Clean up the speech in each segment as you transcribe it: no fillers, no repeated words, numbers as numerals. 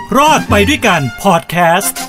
รอดไปด้วยกันพอดแคสต์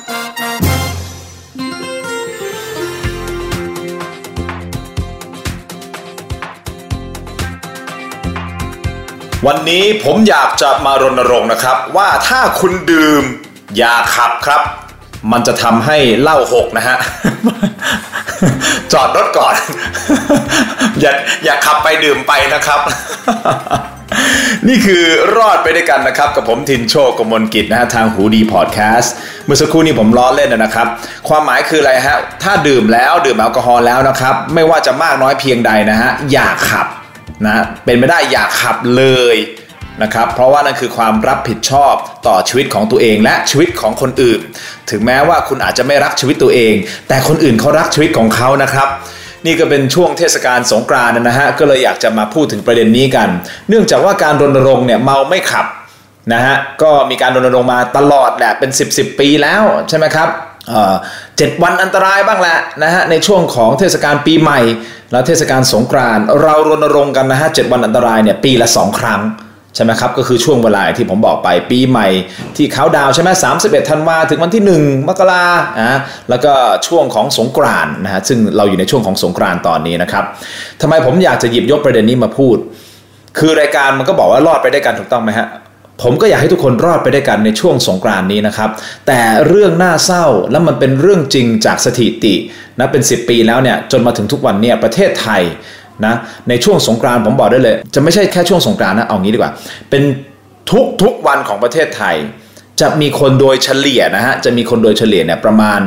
วันนี้ผมอยากจะมารณรงค์นะครับว่าถ้าคุณดื่มอย่าขับครับมันจะทำให้เหล้าหกนะฮะ จอดรถก่อน อย่าขับไปดื่มไปนะครับ นี่คือรอดไปด้วยกันนะครับกับผมทินโชค กมลกิจนะฮะทางหูดีพอดแคสต์เมื่อสักครู่นี้ผมล้อเล่นนะครับความหมายคืออะไรฮะถ้าดื่มแอลกอฮอล์แล้วนะครับไม่ว่าจะมากน้อยเพียงใดนะฮะอย่าขับนะเป็นไม่ได้อย่าขับเลยนะครับเพราะว่านั่นคือความรับผิดชอบต่อชีวิตของตัวเองและชีวิตของคนอื่นถึงแม้ว่าคุณอาจจะไม่รักชีวิตตัวเองแต่คนอื่นเขารักชีวิตของเขานะครับนี่ก็เป็นช่วงเทศกาลสงกรานต์นะฮะก็เลยอยากจะมาพูดถึงประเด็นนี้กันเนื่องจากว่าการรณรงค์เนี่ยเมาไม่ขับนะฮะก็มีการรณรงค์มาตลอดแหละเป็น10ปีแล้วใช่ไหมครับ7 วันอันตรายบ้างแหละนะฮะในช่วงของเทศกาลปีใหม่และเทศกาลสงกรานต์เรารณรงค์กันนะฮะ7 วันอันตรายเนี่ยปีละ2 ครั้งใช่ไหมครับก็คือช่วงเวลาที่ผมบอกไปปีใหม่ที่เขาดาวใช่ไหม31 ธันวาถึงวันที่1 มกราแล้วก็ช่วงของสงกรานต์นะฮะซึ่งเราอยู่ในช่วงของสงกรานต์ตอนนี้นะครับทำไมผมอยากจะหยิบยกประเด็นนี้มาพูดคือรายการมันก็บอกว่ารอดไปได้กันถูกต้องไหมฮะผมก็อยากให้ทุกคนรอดไปได้กันในช่วงสงกรานต์นี้นะครับแต่เรื่องน่าเศร้าและมันเป็นเรื่องจริงจากสถิตินะเป็น10 ปีแล้วเนี่ยจนมาถึงทุกวันเนี่ยประเทศไทยนะในช่วงสงกรานต์ผมบอกได้เลยจะไม่ใช่แค่ช่วงสงกรานต์นะเอางี้ดีกว่าเป็นทุกวันของประเทศไทยจะมีคนโดยเฉลี่ยนะฮะจะมีคนโดยเฉลี่ยเนี่ยประมาณ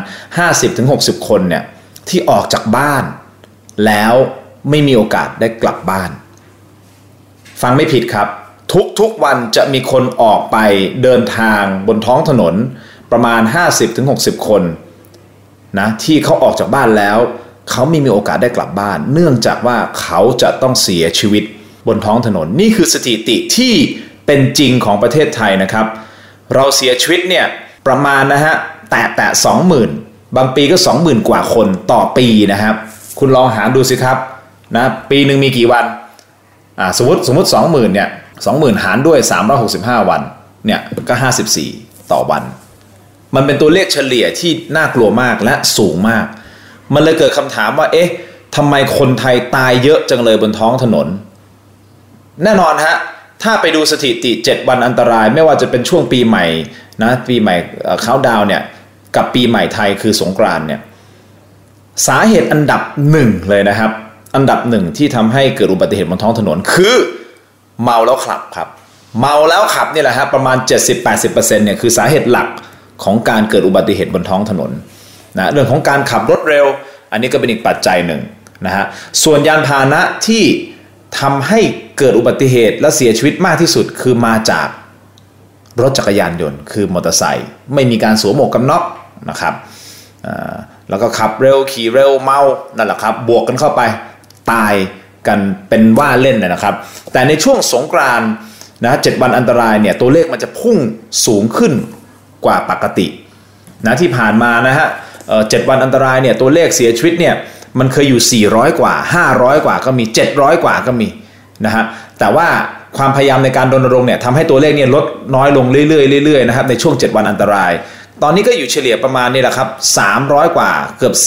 50-60 คนเนี่ยที่ออกจากบ้านแล้วไม่มีโอกาสได้กลับบ้านฟังไม่ผิดครับทุกวันจะมีคนออกไปเดินทางบนท้องถนนประมาณ 50-60 คนนะที่เขาออกจากบ้านแล้วเขาไม่มีโอกาสได้กลับบ้านเนื่องจากว่าเขาจะต้องเสียชีวิตบนท้องถนนนี่คือสถิติที่เป็นจริงของประเทศไทยนะครับเราเสียชีวิตเนี่ยประมาณนะฮะแตะ 20,000 บางปีก็ 20,000 กว่าคนต่อปีนะครับคุณลองหารดูสิครับนะปีหนึ่งมีกี่วันสมมติ 20,000 เนี่ย 20,000 หารด้วย365 วันเนี่ยก็54ต่อวันมันเป็นตัวเลขเฉลี่ยที่น่ากลัวมากและสูงมากมันเลยเกิดคำถามว่าเอ๊ะทำไมคนไทยตายเยอะจังเลยบนท้องถนนแน่นอนฮะถ้าไปดูสถิติ7 วันอันตรายไม่ว่าจะเป็นช่วงปีใหม่นะปีใหม่เค้าดาวน์เนี่ยกับปีใหม่ไทยคือสงกรานต์เนี่ยสาเหตุอันดับ1เลยนะครับอันดับ1ที่ทำให้เกิดอุบัติเหตุบนท้องถนนคือเมาแล้วขับครับเมาแล้วขับนี่แหละฮะประมาณ 70-80% เนี่ยคือสาเหตุหลักของการเกิดอุบัติเหตุบนท้องถนนนะเรื่องของการขับรถเร็วอันนี้ก็เป็นอีกปัจจัยหนึ่งนะฮะส่วนยานพาหนะที่ทำให้เกิดอุบัติเหตุและเสียชีวิตมากที่สุดคือมาจากรถจักรยานยนต์คือมอเตอร์ไซค์ไม่มีการสวมหมวกกันน็อกนะครับแล้วก็ขับเร็วขี่เร็วเมานั่นแหละครับบวกกันเข้าไปตายกันเป็นว่าเล่นเลยนะครับแต่ในช่วงสงกรานต์นะ7 วันอันตรายเนี่ยตัวเลขมันจะพุ่งสูงขึ้นกว่าปกตินะที่ผ่านมานะฮะ7 วันอันตรายเนี่ยตัวเลขเสียชีวิตเนี่ยมันเคยอยู่400กว่า500กว่าก็มี700กว่าก็มีนะฮะแต่ว่าความพยายามในการรณรงค์เนี่ยทำให้ตัวเลขเนี่ยลดน้อยลงเรื่อยๆนะครับในช่วง7 วันอันตรายตอนนี้ก็อยู่เฉลี่ยประมาณนี่แหละครับ300กว่าเกือบ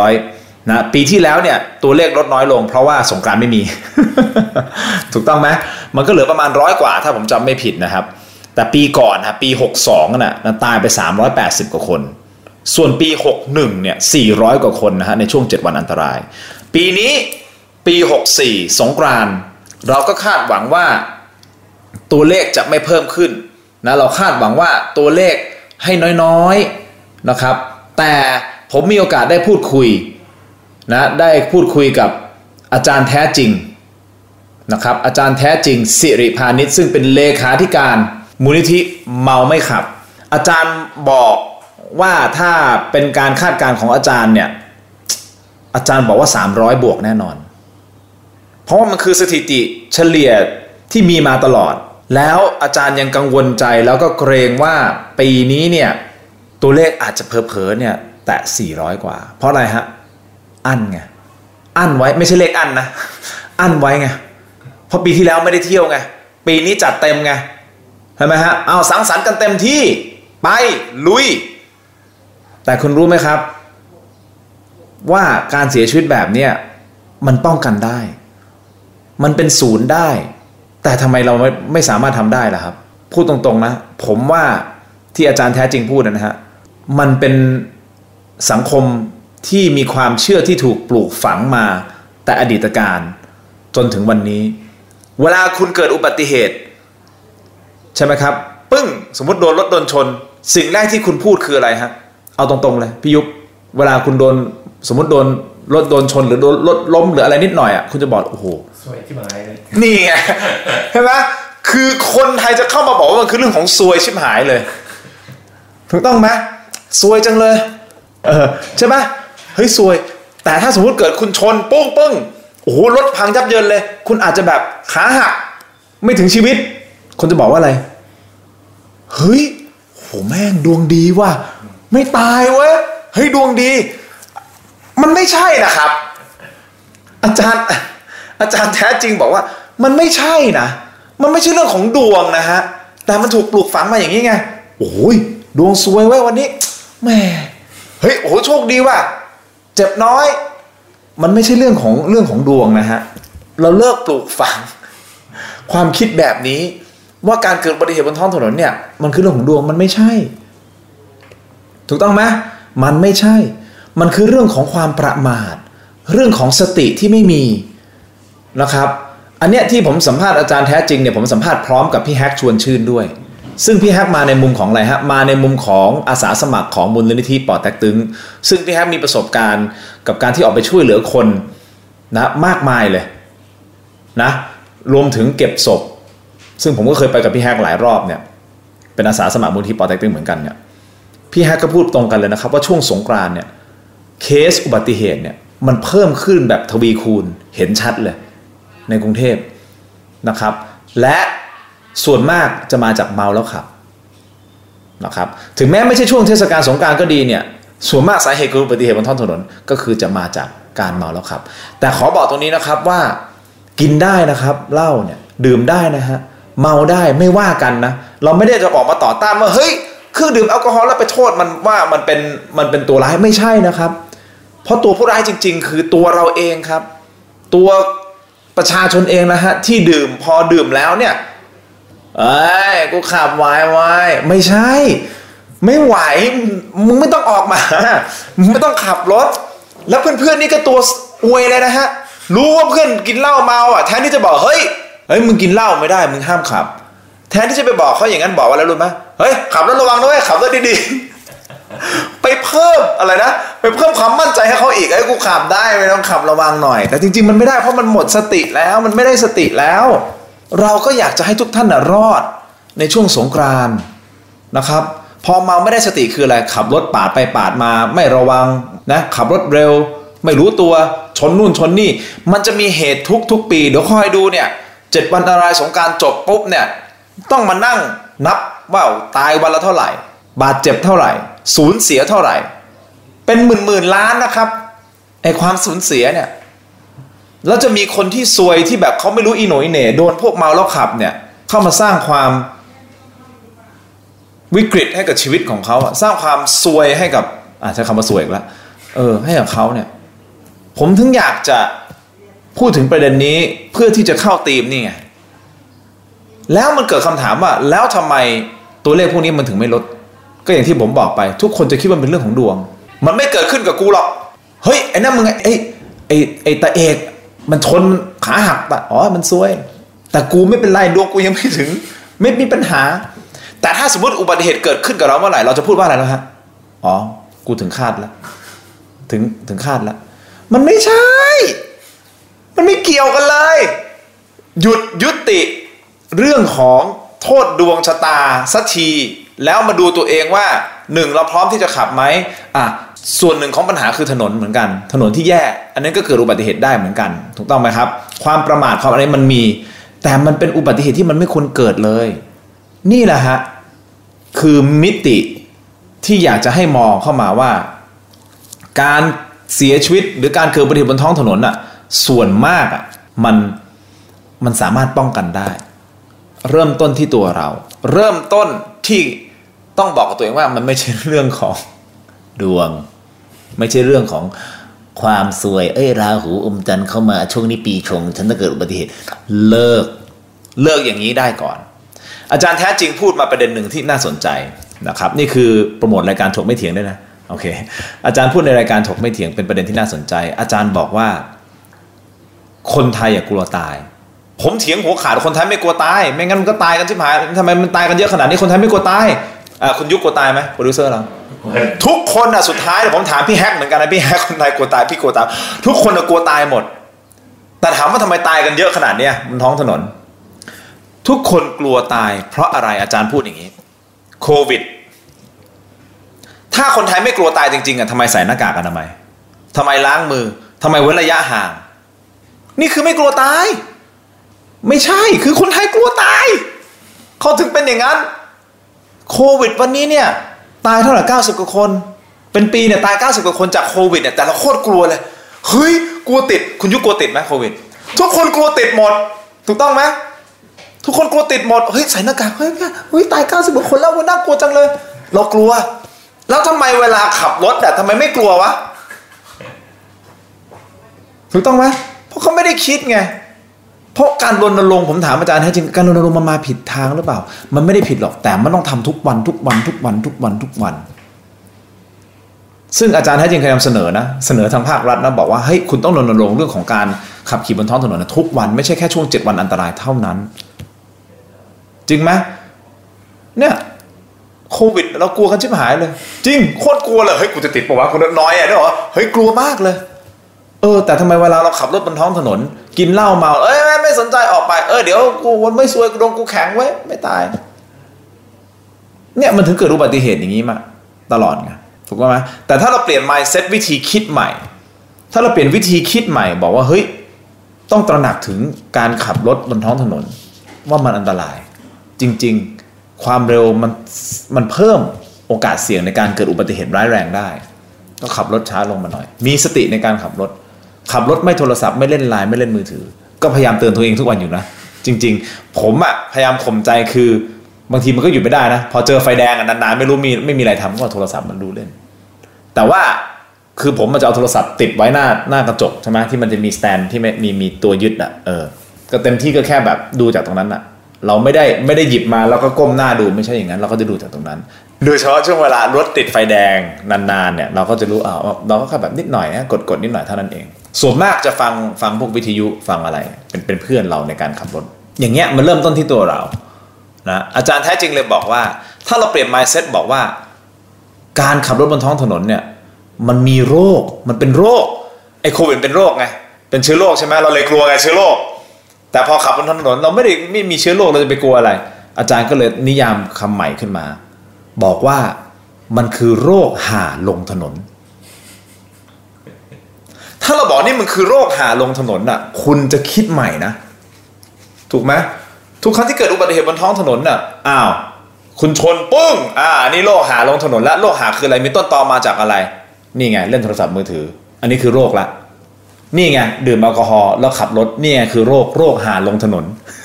400นะปีที่แล้วเนี่ยตัวเลขลดน้อยลงเพราะว่าสงกรานต์ไม่มี ถูกต้องไหมมันก็เหลือประมาณ100กว่าถ้าผมจำไม่ผิดนะครับแต่ปีก่อนครับปี62น่ะตายไป380กว่าคนส่วนปี61เนี่ย400กว่าคนนะฮะในช่วง7 วันอันตรายปีนี้ปี64สงกรานต์เราก็คาดหวังว่าตัวเลขจะไม่เพิ่มขึ้นนะเราคาดหวังว่าตัวเลขให้น้อยๆนะครับแต่ผมมีโอกาสได้พูดคุยนะได้พูดคุยกับอาจารย์แท้จริงนะครับอาจารย์แท้จริงสิริพานิชซึ่งเป็นเลขาธิการมูลนิธิเมาไม่ขับอาจารย์บอกว่าถ้าเป็นการคาดการณ์ของอาจารย์เนี่ยอาจารย์บอกว่า300บวกแน่นอนเพราะว่ามันคือสถิติเฉลี่ยที่มีมาตลอดแล้วอาจารย์ยังกังวลใจแล้วก็เกรงว่าปีนี้เนี่ยตัวเลขอาจจะเผลอๆเนี่ยแตะ400กว่าเพราะอะไรฮะอั้นไงอั้นไว้ไม่ใช่เลขอั้นนะอั้นไว้ไงเพราะปีที่แล้วไม่ได้เที่ยวไงปีนี้จัดเต็มไงใช่ไหมฮะเอาสังสรรค์กันเต็มที่ไปลุยแต่คุณรู้ไหมครับว่าการเสียชีวิตแบบเนี้ยมันป้องกันได้มันเป็นศูนย์ได้แต่ทำไมเราไม่สามารถทำได้ล่ะครับพูดตรงๆนะผมว่าที่อาจารย์แท้จริงพูดนะฮะมันเป็นสังคมที่มีความเชื่อที่ถูกปลูกฝังมาแต่อดีตการจนถึงวันนี้เวลาคุณเกิดอุบัติเหตุใช่ไหมครับปึ้งสมมติโดนรถโดนชนสิ่งแรกที่คุณพูดคืออะไรฮะเอาตรงๆเลยพี่ยุบเวลาคุณโดนสมมติโดนรถโดนชนหรือโดนรถล้มหรืออะไรนิดหน่อยอ่ะคุณจะบอกโอ้โหสวยที่หมายเลยนี่ไงใช่ไหมคือคนไทยจะเข้ามาบอกว่ามันคือเรื่องของซวยชิบหายเลยถูกต้องไหมซวยจังเลยใช่ไหมเฮ้ยซวยแต่ถ้าสมมติเกิดคุณชนปุ้งปึ้งโอ้โหรถพังยับเยินเลยคุณอาจจะแบบขาหักไม่ถึงชีวิตคนจะบอกว่าอะไรเฮ้ยโหแม่งดวงดีว่ะไม่ตายเว้ยเฮ้ยดวงดีมันไม่ใช่นะครับอาจารย์แท้จริงบอกว่ามันไม่ใช่นะมันไม่ใช่เรื่องของดวงนะฮะแต่มันถูกปลูกฝังมาอย่างนี้ไงโอ้ยดวงซวยไว้วันนี้แม่เฮ้ยโอ้โหโชคดีว่ะเจ็บน้อยมันไม่ใช่เรื่องของดวงนะฮะเราเลิกปลูกฝังความคิดแบบนี้ว่าการเกิดอุบัติเหตุบนท้องถนนเนี่ยมันคือเรื่องของดวงมันไม่ใช่ถูกต้องไหมมันไม่ใช่มันคือเรื่องของความประมาทเรื่องของสติที่ไม่มีนะครับอันเนี้ยที่ผมสัมภาษณ์อาจารย์แท้จริงเนี่ยผมสัมภาษณ์พร้อมกับพี่แฮกชวนชื่นด้วยซึ่งพี่แฮกมาในมุมของอะไรฮะมาในมุมของอาสาสมัครของมูลนิธิป่อเต็กตึงซึ่งพี่แฮกมีประสบการณ์กับการที่ออกไปช่วยเหลือคนนะมากมายเลยนะรวมถึงเก็บศพซึ่งผมก็เคยไปกับพี่แฮกหลายรอบเนี่ยเป็นอาสาสมัครมูลนิธิป่อเต็กตึงเหมือนกันเนี่ยพี่แฮกก็พูดตรงกันเลยนะครับว่าช่วงสงกรานต์เนี่ยเคสอุบัติเหตุเนี่ยมันเพิ่มขึ้นแบบทวีคูณเห็นชัดเลยในกรุงเทพนะครับและส่วนมากจะมาจากเมาแล้วขับนะครับถึงแม้ไม่ใช่ช่วงเทศกาลสงกรานต์ก็ดีเนี่ยส่วนมากสาเหตุของอุบัติเหตุบนท้องถนนก็คือจะมาจากการเมาแล้วขับแต่ขอบอกตรงนี้นะครับว่ากินได้นะครับเหล้าเนี่ยดื่มได้นะฮะเมาได้ไม่ว่ากันนะเราไม่ได้จะออกมาต่อต้านว่าเฮ้ยเครื่องดื่มแอลกอฮอล์แล้วไปโทษมันว่ามันเป็นตัวร้ายไม่ใช่นะครับเพราะตัวผู้ร้ายจริงๆคือตัวเราเองครับตัวประชาชนเองนะฮะที่ดื่มพอดื่มแล้วเนี่ยเอ้ยกูขับไว้ไม่ใช่ไม่ไหวมึงไม่ต้องออกมามึงไม่ต้องขับรถแล้วเพื่อนๆนี่ก็ตัวอวยเลยนะฮะรู้ว่าเพื่อนกินเหล้าเมาอ่ะแทนที่จะบอกเฮ้ยมึงกินเหล้าไม่ได้มึงห้ามขับแทนที่จะไปบอกเขาอย่างนั้นบอกว่าแล้วรู้ไหมเฮ้ยขับรถระวังด้วยขับรถดีๆไปเพิ่มอะไรนะไปเพิ่มความมั่นใจให้เขาอีกกูขับได้ไม่ต้องขับระวังหน่อยแต่จริงๆมันไม่ได้เพราะมันหมดสติแล้วมันไม่ได้สติแล้วเราก็อยากจะให้ทุกท่านรอดในช่วงสงกรานต์นะครับพอเมาไม่ได้สติคืออะไรขับรถปาดไปปาดมาไม่ระวังนะขับรถเร็วไม่รู้ตัวชนนู่นชนนี่มันจะมีเหตุทุกปีเดี๋ยวคอยดูเนี่ย7 วันอันตรายสงกรานต์จบปุ๊บเนี่ยต้องมานั่งนับว่าตายวันละเท่าไหร่บาดเจ็บเท่าไหร่สูญเสียเท่าไหร่เป็นหมื่นล้านนะครับไอ้ความสูญเสียเนี่ยแล้วจะมีคนที่ซวยที่แบบเขาไม่รู้อีโหนอีเหน่โดนพวกเมาแล้วขับเนี่ยเข้ามาสร้างความวิกฤตให้กับชีวิตของเขาสร้างความซวยให้กับใช้คำว่าซวยอีกแล้วให้กับเขาเนี่ยผมถึงอยากจะพูดถึงประเด็นนี้เพื่อที่จะเข้าธีมนี่ไงแล้วมันเกิดคำถามว่าแล้วทำไมตัวเลขพวกนี้มันถึงไม่ลดก็อย่างที่ผมบอกไปทุกคนจะคิดว่าเป็นเรื่องของดวงมันไม่เกิดขึ้นกับกูหรอกเฮ้ยไอ้นั่นมึงไอ้ตาเอกมันชนขาหักมันซวยแต่กูไม่เป็นไรดวงกูยังไม่ถึงไม่มีปัญหาแต่ถ้าสมมติอุบัติเหตุเกิดขึ้นกับเราเมื่อไหร่เราจะพูดว่าอะไรแล้วฮะกูถึงคาดแล้วถึงคาดแล้วมันไม่ใช่มันไม่เกี่ยวกันเลยหยุดยุติเรื่องของโทษดวงชะตาสักทีแล้วมาดูตัวเองว่า1เราพร้อมที่จะขับไหมส่วนหนึ่งของปัญหาคือถนนเหมือนกันถนนที่แย่อันนั้นก็เกิดอุบัติเหตุได้เหมือนกันถูกต้องไหมครับความประมาทความอะไรมันมีแต่มันเป็นอุบัติเหตุที่มันไม่ควรเกิดเลยนี่แหละฮะคือมิติที่อยากจะให้มองเข้ามาว่าการเสียชีวิตหรือการเกิดอุบัติเหตุบนท้องถนนส่วนมากมันสามารถป้องกันได้เริ่มต้นที่ตัวเราเริ่มต้นที่ต้องบอกกับตัวเองว่ามันไม่ใช่เรื่องของดวงไม่ใช่เรื่องของความซวยราหูอมจันทร์เข้ามาช่วงนี้ปีชงฉันจะเกิดอุบัติเหตุเลิกอย่างนี้ได้ก่อนอาจารย์แท้จริงพูดมาประเด็นหนึ่งที่น่าสนใจนะครับนี่คือโปรโมทรายการถกไม่เถียงด้วยนะโอเคอาจารย์พูดในรายการถกไม่เถียงเป็นประเด็นที่น่าสนใจอาจารย์บอกว่าคนไทยกลัวตายผมเถียงหัวขาดคนไทยไม่กลัวตายไม่งั้นมันก็ตายกันชิบหายทำไมมันตายกันเยอะขนาดนี้คนไทยไม่กลัวตายคุณยุคกลัวตายไหมโปรดิวเซอร์เราทุกคนสุดท้ายผมถามพี่แฮกเหมือนกันนะพี่แฮกคนไทยกลัวตายพี่กลัวตายทุกคนกลัวตายหมดแต่ถามว่าทำไมตายกันเยอะขนาดนี้บนท้องถนนทุกคนกลัวตายเพราะอะไรอาจารย์พูดอย่างนี้โควิดถ้าคนไทยไม่กลัวตายจริงๆทำไมใส่หน้ากากอนามัยทำไมล้างมือทำไมเว้นระยะห่างนี่คือไม่กลัวตายไม่ใช่คือคนไทยกลัวตายเขาถึงเป็นอย่างนั้นโควิดวันนี้เนี่ยตายเท่าไหร่90กว่าคนเป็นปีเนี่ยตาย90กว่าคนจากโควิดเนี่ยแต่เราโคตรกลัวเลยเฮ้ยกลัวติดคุณยุคกลัวติดไหมโควิดทุกคนกลัวติดหมดถูกต้องไหมทุกคนกลัวติดหมดเฮ้ยใส่หน้ากากเฮ้ยตาย90กว่าคนแล้วน่ากลัวจังเลยเรากลัวแล้วทำไมเวลาขับรถทำไมไม่กลัววะถูกต้องไหมเพราะเขาไม่ได้คิดไงเพราะการรณรงค์ผมถามอาจารย์แท้จริงการรณรงค์มันมาผิดทางหรือเปล่ามันไม่ได้ผิดหรอกแต่มันต้องทำทุกวันซึ่งอาจารย์แท้จริงเคยนำเสนอทางภาครัฐนะบอกว่าเฮ้ยคุณต้องรณรงค์เรื่องของการขับขี่บนท้องถนนทุกวันไม่ใช่แค่ช่วง7วันอันตรายเท่านั้นจริงไหมเนี่ยโควิดเรากลัวกันชิบหายเลยจริงโคตรกลัวเลยเฮ้ยกูจะติดป่าววะคนน้อยด้วยเหรอเฮ้ยกลัวมากเลยแต่ทำไมเวลาเราขับรถบนท้องถนนกินเหล้าเมาไม่สนใจออกไปเดี๋ยวกูวันไม่ซวยกูแข็งไว้ไม่ตายเนี่ยมันถึงเกิดอุบัติเหตุอย่างนี้มาตลอดไงถูกไหมแต่ถ้าเราเปลี่ยน mindset วิธีคิดใหม่ถ้าเราเปลี่ยนวิธีคิดใหม่บอกว่าเฮ้ยต้องตระหนักถึงการขับรถบนท้องถนนว่ามันอันตรายจริงๆความเร็วมันเพิ่มโอกาสเสี่ยงในการเกิดอุบัติเหตุร้ายแรงได้ก็ขับรถช้าลงมาหน่อยมีสติในการขับรถไม่โทรศัพท์ไม่เล่นไลน์ไม่เล่นมือถือก็พยายามเตือนตัวเองทุกวันอยู่นะจริงๆผมพยายามข่มใจคือบางทีมันก็หยุดไม่ได้นะพอเจอไฟแดงนานๆไม่รู้มีอะไรทำก็โทรศัพท์มันดูเล่นแต่ว่าคือผมมันจะเอาโทรศัพท์ติดไว้หน้ากระจกใช่ไหมที่มันจะมีสแตนที่มีตัวยึดก็เต็มที่ก็แค่แบบดูจากตรงนั้นเราไม่ได้หยิบมาแล้วก็ก้มหน้าดูไม่ใช่อย่างนั้นเราก็จะดูจากตรงนั้นโดยเฉพาะช่วงเวลารถติดไฟแดงนานๆเนี่ยเราก็จะรู้เราก็แค่แบบนิดหน่อยนะกดนิดหน่อยเท่านั้นเองส่วนมากจะฟังพวกวิทยุฟังอะไรเป็นเพื่อนเราในการขับรถอย่างเงี้ยมันเริ่มต้นที่ตัวเรานะอาจารย์แท้จริงเลยบอกว่าถ้าเราเปลี่ยน mindset บอกว่าการขับรถบนท้องถนนเนี่ยมันมีโรคมันเป็นโรคไอ้โควิดเป็นโรคไงเป็นเชื้อโรคใช่ไหมเราเลยกลัวไงเชื้อโรคแต่พอขับบนถนนเราไม่มีเชื้อโรคเราจะไปกลัวอะไรอาจารย์ก็เลยนิยามคำใหม่ขึ้นมาบอกว่ามันคือโรคห่าลงถนนถ้าเราบอกนี่มันคือโรคห่าลงถนนคุณจะคิดใหม่นะถูกไหมทุกครั้งที่เกิดอุบัติเหตุบนท้องถนนคุณชนปึ้งนี่โรคห่าลงถนนแล้วโรคห่าคืออะไรมีต้นตอมาจากอะไรนี่ไงเล่นโทรศัพท์มือถืออันนี้คือโรคละนี่ไงดื่มแอลกอฮอล์แล้วขับรถนี่ไงคือโรคห่าลงถนน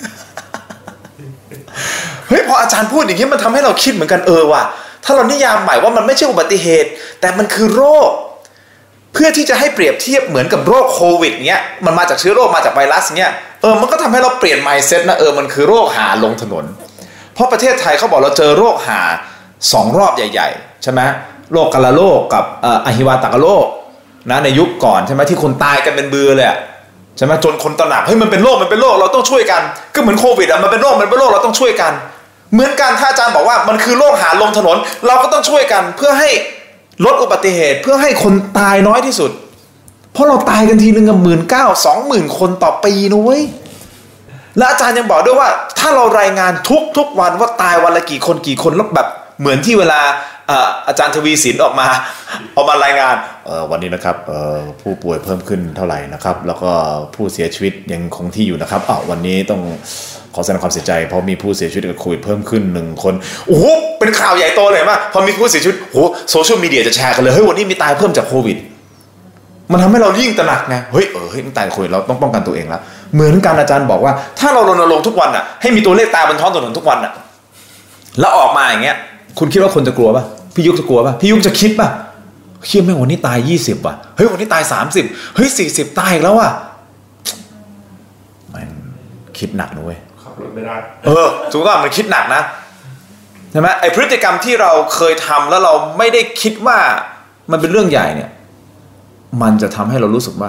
เฮ้ยพออาจารย์พูดอย่างนี้มันทำให้เราคิดเหมือนกันว่ะถ้าเรานิยามใหม่ว่ามันไม่ใช่อุบัติเหตุแต่มันคือโรคเพื่อที่จะให้เปรียบเทียบเหมือนกับโรคโควิดเนี้ยมันมาจากเชื้อโรคมาจากไวรัสเนี้ยมันก็ทำให้เราเปลี่ยน mindset นะมันคือโรคห่าลงถนนเพราะประเทศไทยเขาบอกเราเจอโรคห่า2รอบใหญ่ๆใช่ไหมโรคกาฬโรคกับอหิวาตกโรคนะในยุคก่อนใช่ไหมที่คนตายกันเป็นเบือเลยใช่ไหมจนคนตระหนักเฮ้ยมันเป็นโรคเราต้องช่วยกันก็เหมือนโควิดมันเป็นโรคเราต้องช่วยกันเหมือนกันถ้าอาจารย์บอกว่ามันคือโรคห่าลงถนนเราก็ต้องช่วยกันเพื่อให้ลดอุบัติเหตุเพื่อให้คนตายน้อยที่สุดเพราะเราตายกันทีนึง19,000-20,000 คนต่อปีนะเว้ยและอาจารย์ยังบอกด้วยว่าถ้าเรารายงานทุกวันว่าตายวันละกี่คนแล้วแบบเหมือนที่เวลาอาจารย์ทวีสินออกมารายงานวันนี้นะครับผู้ป่วยเพิ่มขึ้นเท่าไหร่นะครับแล้วก็ผู้เสียชีวิตยังคงที่อยู่นะครับวันนี้ต้องขอแสดงความเสียใจเพราะมีผู้เสียชีวิตจากโควิดเพิ่มขึ้น1 คนโอ้โหเป็นข่าวใหญ่โตเลยมั้ยพอมีผู้เสียชีวิตโหโซเชียลมีเดียจะแชร์กันเลยเฮ้ยวันนี้มีตายเพิ่มจากโควิดมันทำให้เรายิ่งตระหนักไงเฮ้ยมันตายคนเราต้องป้องกันตัวเองแล้วเหมือนกันอาจารย์บอกว่าถ้าเรารณรงค์ทุกวันอ่ะให้มีตัวเลขตาบนท้องถนนทุกวันอ่ะแล้วออกมาอย่างเงี้ยคุณคิดว่าคนจะกลัวป่ะพี่ยุกจะกลัวป่ะพี่ยุกจะคิดป่ะเชื่อไหมวันนี้ตาย20ว่ะเฮ้ยวันนี้ตาย30เฮ้ย40ตายอีกแล้วอ่ะมันคิดหนักนะเว้ยขับรถไม่ได้ถูกต้องมันคิดหนักนะใช่ไหมไอพฤติกรรมที่เราเคยทำแล้วเราไม่ได้คิดว่ามันเป็นเรื่องใหญ่เนี่ยมันจะทำให้เรารู้สึกว่า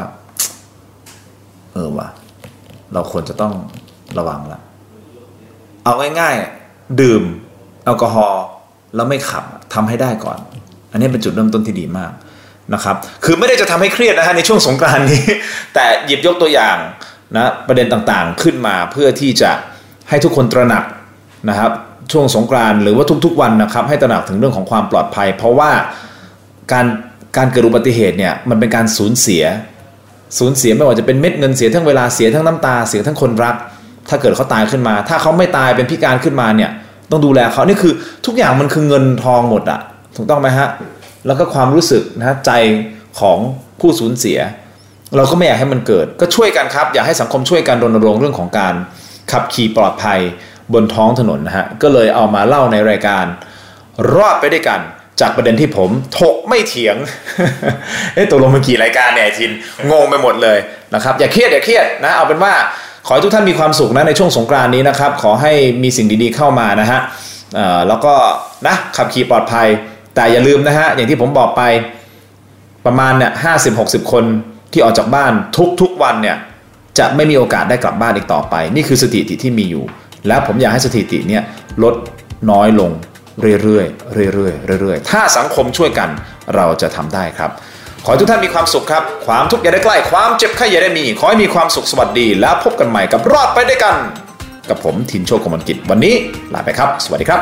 ว่ะเราควรจะต้องระวังละเอาง่ายๆดื่มแอลกอฮอล์แล้วไม่ขับทำให้ได้ก่อนอันนี้เป็นจุดเริ่มต้นที่ดีมากนะครับคือไม่ได้จะทำให้เครียดนะฮะในช่วงสงกรานต์นี้แต่หยิบยกตัวอย่างนะประเด็นต่างๆขึ้นมาเพื่อที่จะให้ทุกคนตระหนักนะครับช่วงสงกรานต์หรือว่าทุกๆวันนะครับให้ตระหนักถึงเรื่องของความปลอดภัยเพราะว่าการเกิดอุบัติเหตุเนี่ยมันเป็นการสูญเสียไม่ว่าจะเป็นเม็ดเงินเสียทั้งเวลาเสียทั้งน้ำตาเสียทั้งคนรักถ้าเกิดเขาตายขึ้นมาถ้าเขาไม่ตายเป็นพิการขึ้นมาเนี่ยต้องดูแลเขานี่คือทุกอย่างมันคือเงินทองหมดอะถูกต้องไหมฮะแล้วก็ความรู้สึกนะใจของผู้สูญเสียเราก็ไม่อยากให้มันเกิดก็ช่วยกันครับอยากให้สังคมช่วยกันรณรงค์เรื่องของการขับขี่ปลอดภัยบนท้องถนนนะฮะก็เลยเอามาเล่าในรายการรอดไปด้วยกันจากประเด็นที่ผมถกไม่เถียง ตกลงมันกี่รายการเนี่ยทินงงไปหมดเลยนะครับอย่าเครียดนะเอาเป็นว่าขอให้ทุกท่านมีความสุขนะในช่วงสงกรานต์นี้นะครับขอให้มีสิ่งดีๆเข้ามานะฮะแล้วก็นะขับขี่ปลอดภัยแต่อย่าลืมนะฮะอย่างที่ผมบอกไปประมาณเนี่ย50-60 คนที่ออกจากบ้านทุกวันเนี่ยจะไม่มีโอกาสได้กลับบ้านอีกต่อไปนี่คือสถิติที่มีอยู่แล้วผมอยากให้สถิติเนี่ยลดน้อยลงเรื่อยๆถ้าสังคมช่วยกันเราจะทำได้ครับขอให้ทุกท่านมีความสุขครับความทุกข์อย่าได้ใกล้ความเจ็บไข้อย่าได้มีขอให้มีความสุขสวัสดีแล้วพบกันใหม่กับรอดไปด้วยกันกับผมทินโชค กมลกิจวันนี้ลาไปครับสวัสดีครับ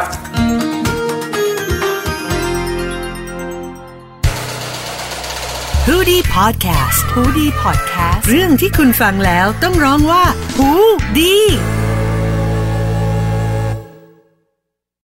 ฮูดี้พอดแคสต์ฮูดี้พอดแคสต์เรื่องที่คุณฟังแล้วต้องร้องว่าฮูดี